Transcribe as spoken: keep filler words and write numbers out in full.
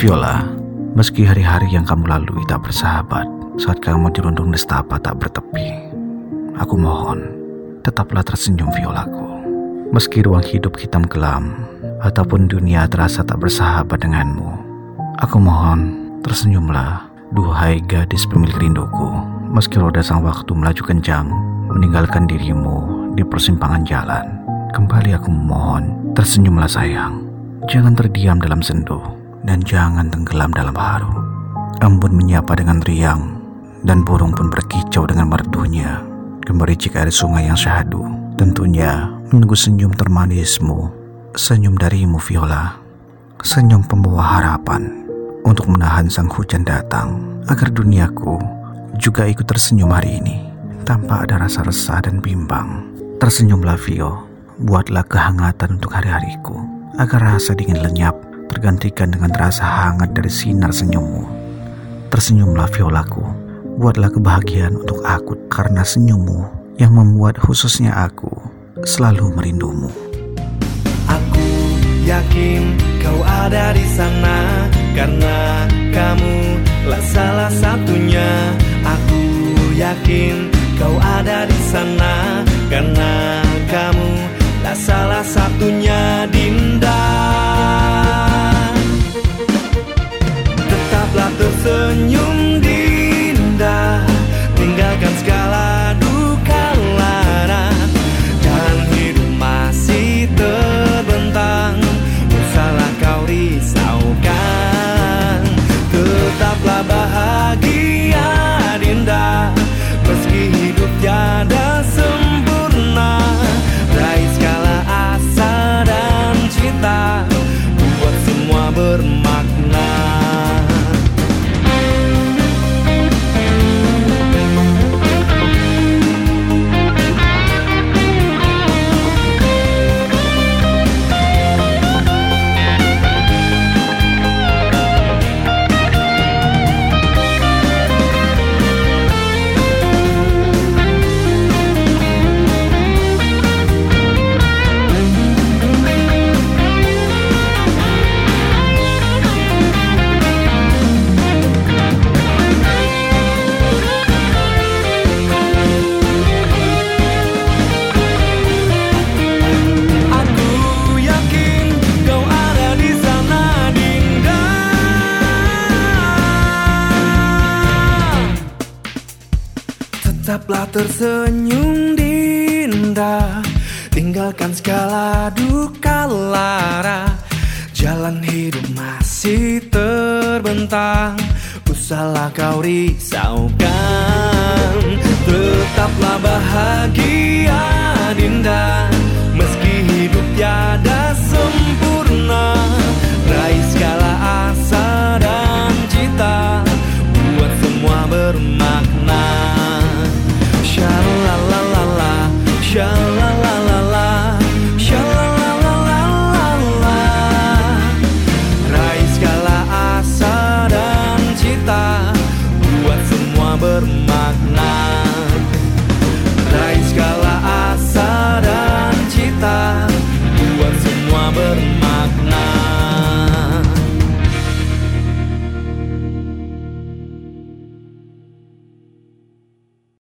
Viola, meski hari-hari yang kamu lalui tak bersahabat, saat kamu dirundung nestapa tak bertepi, aku mohon, tetaplah tersenyum Violaku. Meski ruang hidup hitam kelam, ataupun dunia terasa tak bersahabat denganmu, aku mohon, tersenyumlah, duhai gadis pemilik rinduku. Meski roda sang waktu melaju kencang, meninggalkan dirimu di persimpangan jalan, kembali aku memohon, tersenyumlah sayang. Jangan terdiam dalam sendu, dan jangan tenggelam dalam haru. Embun menyapa dengan riang, dan burung pun berkicau dengan merdunya. Gemericik air sungai yang syahdu, tentunya menunggu senyum termanismu. Senyum darimu Viola, senyum pembawa harapan untuk menahan sang hujan datang, agar duniaku juga ikut tersenyum hari ini, tanpa ada rasa resah dan bimbang. Tersenyumlah Vio, buatlah kehangatan untuk hari-hariku, agar rasa dingin lenyap tergantikan dengan rasa hangat dari sinar senyummu. Tersenyumlah Violaku, buatlah kebahagiaan untuk aku, karena senyummu yang membuat khususnya aku selalu merindumu. Aku yakin kau ada di sana, karena kamu lah salah satunya. Aku yakin kau ada di sana, karena kamu lah salah satunya. Dinda, tetaplah tersenyum Dinda, tinggalkan segala duka lara. Jalan hidup masih terbentang, usahlah kau risaukan. Tetaplah bahagia Dinda, meski hidup tiada sempurna. Raih segala asa dan cita, buat semua bermakna. Tetaplah tersenyum Dinda, tinggalkan segala duka lara. Jalan hidup masih terbentang, usahlah kau risaukan.